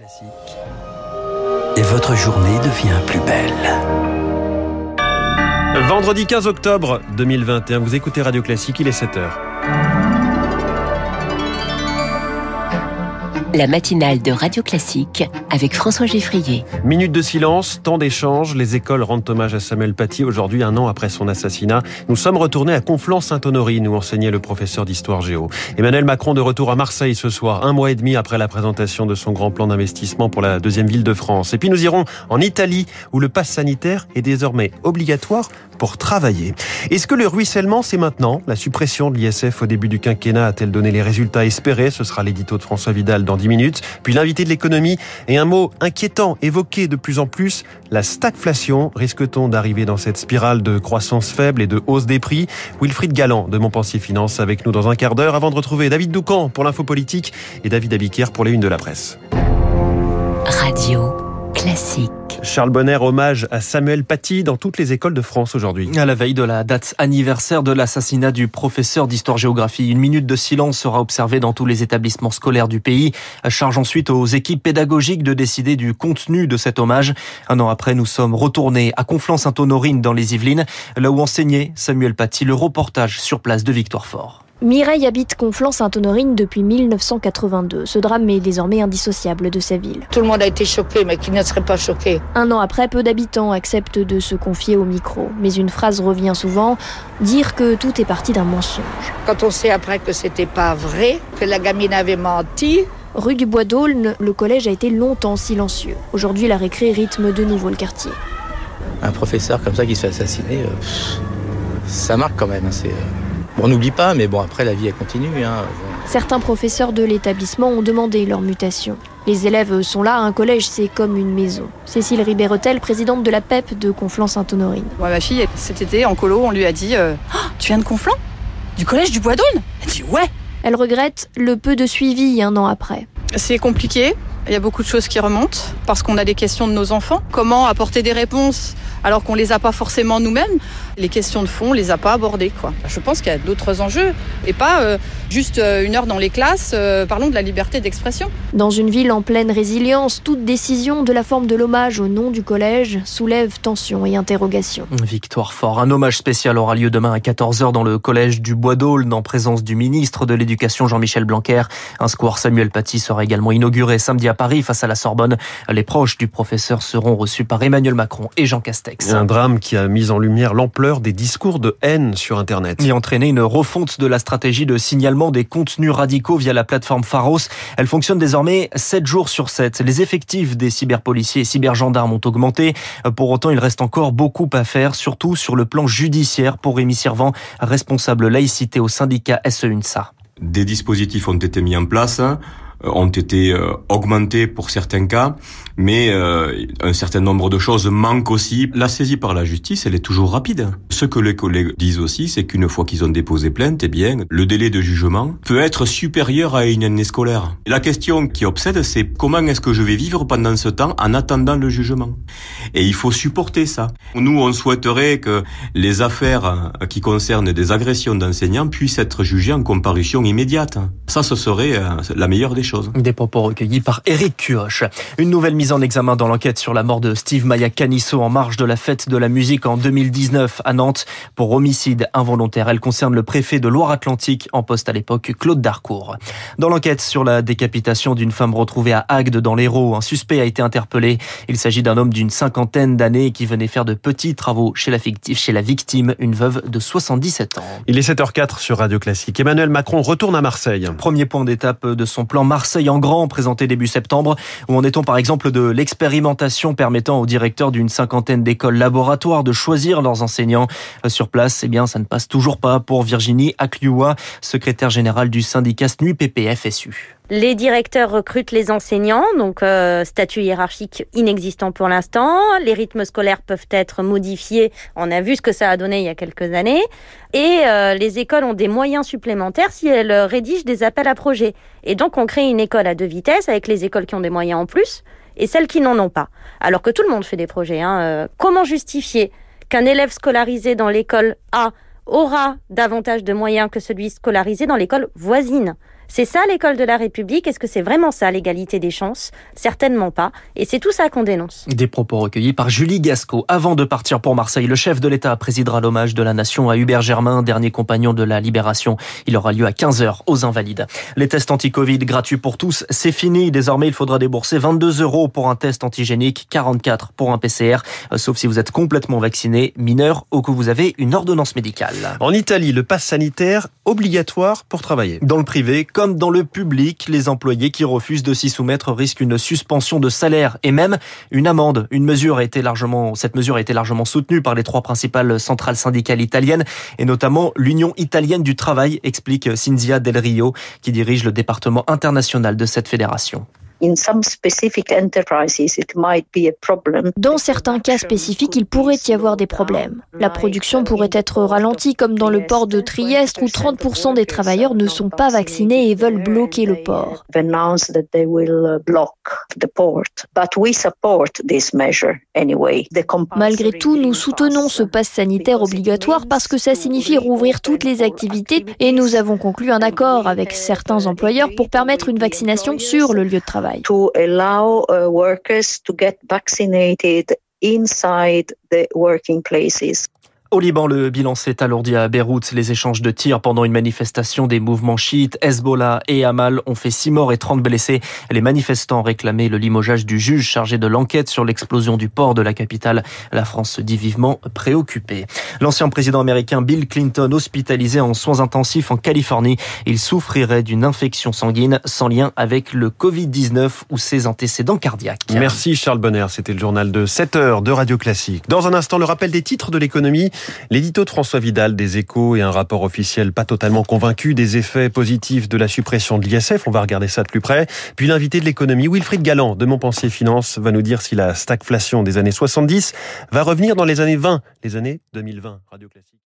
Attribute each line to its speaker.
Speaker 1: Classique. Et votre journée devient plus belle.
Speaker 2: Vendredi 15 octobre 2021, vous écoutez Radio Classique, il est 7h.
Speaker 3: La matinale de Radio Classique avec François Geffrier.
Speaker 2: Minute de silence, temps d'échange. Les écoles rendent hommage à Samuel Paty. Aujourd'hui, 1 an après son assassinat, nous sommes retournés à Conflans-Sainte-Honorine où enseignait le professeur d'histoire géo. Emmanuel Macron de retour à Marseille ce soir, 1 mois et demi après la présentation de son grand plan d'investissement pour la deuxième ville de France. Et puis nous irons en Italie où le pass sanitaire est désormais obligatoire pour travailler. Est-ce que le ruissellement, c'est maintenant? La suppression de l'ISF au début du quinquennat a-t-elle donné les résultats espérés? Ce sera l'édito de François Vidal dans 10 minutes. Puis l'invité de l'économie et un mot inquiétant évoqué de plus en plus, la stagflation. Risque-t-on d'arriver dans cette spirale de croissance faible et de hausse des prix? Wilfried Galland de Montpensier Finance avec nous dans un quart d'heure avant de retrouver David Doucan pour l'info politique et David Abiquière pour les unes de la presse.
Speaker 3: Radio Classique.
Speaker 2: Charles Bonner, hommage à Samuel Paty dans toutes les écoles de France aujourd'hui.
Speaker 4: À la veille de la date anniversaire de l'assassinat du professeur d'histoire-géographie, une minute de silence sera observée dans tous les établissements scolaires du pays. Charge ensuite aux équipes pédagogiques de décider du contenu de cet hommage. 1 an après, nous sommes retournés à Conflans-Sainte-Honorine dans les Yvelines, là où enseignait Samuel Paty. Le reportage sur place de Victoire Fort.
Speaker 5: Mireille habite Conflans-Sainte-Honorine depuis 1982. Ce drame est désormais indissociable de sa ville.
Speaker 6: Tout le monde a été choqué, mais qui ne serait pas choqué?
Speaker 5: 1 an après, peu d'habitants acceptent de se confier au micro. Mais une phrase revient souvent, dire que tout est parti d'un mensonge.
Speaker 6: Quand on sait après que c'était pas vrai, que la gamine avait menti...
Speaker 5: Rue du Bois d'Aulne, le collège a été longtemps silencieux. Aujourd'hui, la récré rythme de nouveau le quartier.
Speaker 7: Un professeur comme ça qui se fait assassiner, ça marque quand même. Bon, on n'oublie pas, mais bon, après, la vie, elle continue.
Speaker 5: Certains professeurs de l'établissement ont demandé leur mutation. Les élèves sont là, un collège, c'est comme une maison. Cécile Ribéretel, présidente de la PEP de Conflans-Sainte-Honorine.
Speaker 8: Moi, ma fille, cet été, en colo, on lui a dit tu viens de Conflans? Du collège du Bois d'Aulne? Elle dit ouais.
Speaker 5: Elle regrette le peu de suivi 1 an après.
Speaker 8: C'est compliqué, il y a beaucoup de choses qui remontent, parce qu'on a des questions de nos enfants. Comment apporter des réponses alors qu'on les a pas forcément nous-mêmes? Les questions de fond, on les a pas abordées, quoi. Je pense qu'il y a d'autres enjeux, et pas juste 1 heure dans les classes, parlons de la liberté d'expression.
Speaker 5: Dans une ville en pleine résilience, toute décision de la forme de l'hommage au nom du collège soulève tension et interrogation.
Speaker 4: Victoire Fort, un hommage spécial aura lieu demain à 14h dans le collège du Bois d'Aulne, en présence du ministre de l'Éducation Jean-Michel Blanquer. Un square Samuel Paty sera également inauguré samedi à Paris face à la Sorbonne. Les proches du professeur seront reçus par Emmanuel Macron et Jean Castex.
Speaker 2: Un drame qui a mis en lumière l'ampleur des discours de haine sur Internet.
Speaker 4: Et entraîné une refonte de la stratégie de signalement des contenus radicaux via la plateforme Pharos. Elle fonctionne désormais 7 jours sur 7. Les effectifs des cyberpoliciers et cybergendarmes ont augmenté. Pour autant, il reste encore beaucoup à faire, surtout sur le plan judiciaire pour Rémi Sirvent, responsable laïcité au syndicat SE-UNSA.
Speaker 9: Des dispositifs ont été mis en place, ont été augmentés pour certains cas, mais un certain nombre de choses manquent aussi. La saisie par la justice, elle est toujours rapide. Ce que les collègues disent aussi, c'est qu'une fois qu'ils ont déposé plainte, eh bien, le délai de jugement peut être supérieur à une année scolaire. La question qui obsède, c'est comment est-ce que je vais vivre pendant ce temps en attendant le jugement? Et il faut supporter ça. Nous, on souhaiterait que les affaires qui concernent des agressions d'enseignants puissent être jugées en comparution immédiate. Ça, ce serait la meilleure des choses.
Speaker 4: Des propos recueillis par Éric Cuoche. Une nouvelle mise en examen dans l'enquête sur la mort de Steve Maya Canisso en marge de la fête de la musique en 2019 à Nantes pour homicide involontaire. Elle concerne le préfet de Loire-Atlantique en poste à l'époque, Claude Darcourt. Dans l'enquête sur la décapitation d'une femme retrouvée à Agde dans l'Hérault, un suspect a été interpellé. Il s'agit d'un homme d'une 50aine d'années qui venait faire de petits travaux chez la victime, une veuve de 77 ans.
Speaker 2: Il est 7h04 sur Radio Classique. Emmanuel Macron retourne à Marseille.
Speaker 4: Premier point d'étape de son plan Marseille en grand, présenté début septembre. Où en est-on par exemple de l'expérimentation permettant aux directeurs d'une 50aine d'écoles laboratoires de choisir leurs enseignants sur place? Eh bien, ça ne passe toujours pas pour Virginie Aclioua, secrétaire générale du syndicat SNUIPP-FSU.
Speaker 10: Les directeurs recrutent les enseignants, donc statut hiérarchique inexistant pour l'instant. Les rythmes scolaires peuvent être modifiés. On a vu ce que ça a donné il y a quelques années. Et les écoles ont des moyens supplémentaires si elles rédigent des appels à projets. Et donc on crée une école à 2 vitesses avec les écoles qui ont des moyens en plus et celles qui n'en ont pas. Alors que tout le monde fait des projets. Comment justifier qu'un élève scolarisé dans l'école A aura davantage de moyens que celui scolarisé dans l'école voisine? C'est ça l'école de la République? Est-ce que c'est vraiment ça l'égalité des chances? Certainement pas. Et c'est tout ça qu'on dénonce.
Speaker 4: Des propos recueillis par Julie Gasco. Avant de partir pour Marseille, le chef de l'État présidera l'hommage de la nation à Hubert Germain, dernier compagnon de la Libération. Il aura lieu à 15h aux Invalides. Les tests anti-Covid gratuits pour tous, c'est fini. Désormais, il faudra débourser 22 € pour un test antigénique, 44 pour un PCR, sauf si vous êtes complètement vacciné, mineur ou que vous avez une ordonnance médicale.
Speaker 2: En Italie, le pass sanitaire obligatoire pour travailler.
Speaker 4: Dans le privé comme dans le public, les employés qui refusent de s'y soumettre risquent une suspension de salaire et même une amende. Cette mesure a été largement soutenue par les 3 principales centrales syndicales italiennes et notamment l'Union italienne du travail, explique Cinzia Del Rio, qui dirige le département international de cette fédération.
Speaker 5: Dans certains cas spécifiques, il pourrait y avoir des problèmes. La production pourrait être ralentie, comme dans le port de Trieste, où 30% des travailleurs ne sont pas vaccinés et veulent bloquer le port. Malgré tout, nous soutenons ce pass sanitaire obligatoire parce que ça signifie rouvrir toutes les activités et nous avons conclu un accord avec certains employeurs pour permettre une vaccination sur le lieu de travail.
Speaker 6: To allow workers to get vaccinated inside the working places.
Speaker 4: Au Liban, le bilan s'est alourdi à Beyrouth. Les échanges de tirs pendant une manifestation des mouvements chiites Hezbollah et Hamal ont fait 6 morts et 30 blessés. Les manifestants réclamaient le limogeage du juge chargé de l'enquête sur l'explosion du port de la capitale. La France se dit vivement préoccupée. L'ancien président américain Bill Clinton, hospitalisé en soins intensifs en Californie. Il souffrirait d'une infection sanguine sans lien avec le Covid-19 ou ses antécédents cardiaques.
Speaker 2: Merci Charles Bonner, c'était le journal de 7h de Radio Classique. Dans un instant, le rappel des titres de l'économie. L'édito de François Vidal des Échos et un rapport officiel pas totalement convaincu des effets positifs de la suppression de l'ISF. On va regarder ça de plus près. Puis l'invité de l'économie, Wilfried Galland de Montpensier Finance, va nous dire si la stagflation des années 70 va revenir dans les années 20, les années 2020. Radio Classique.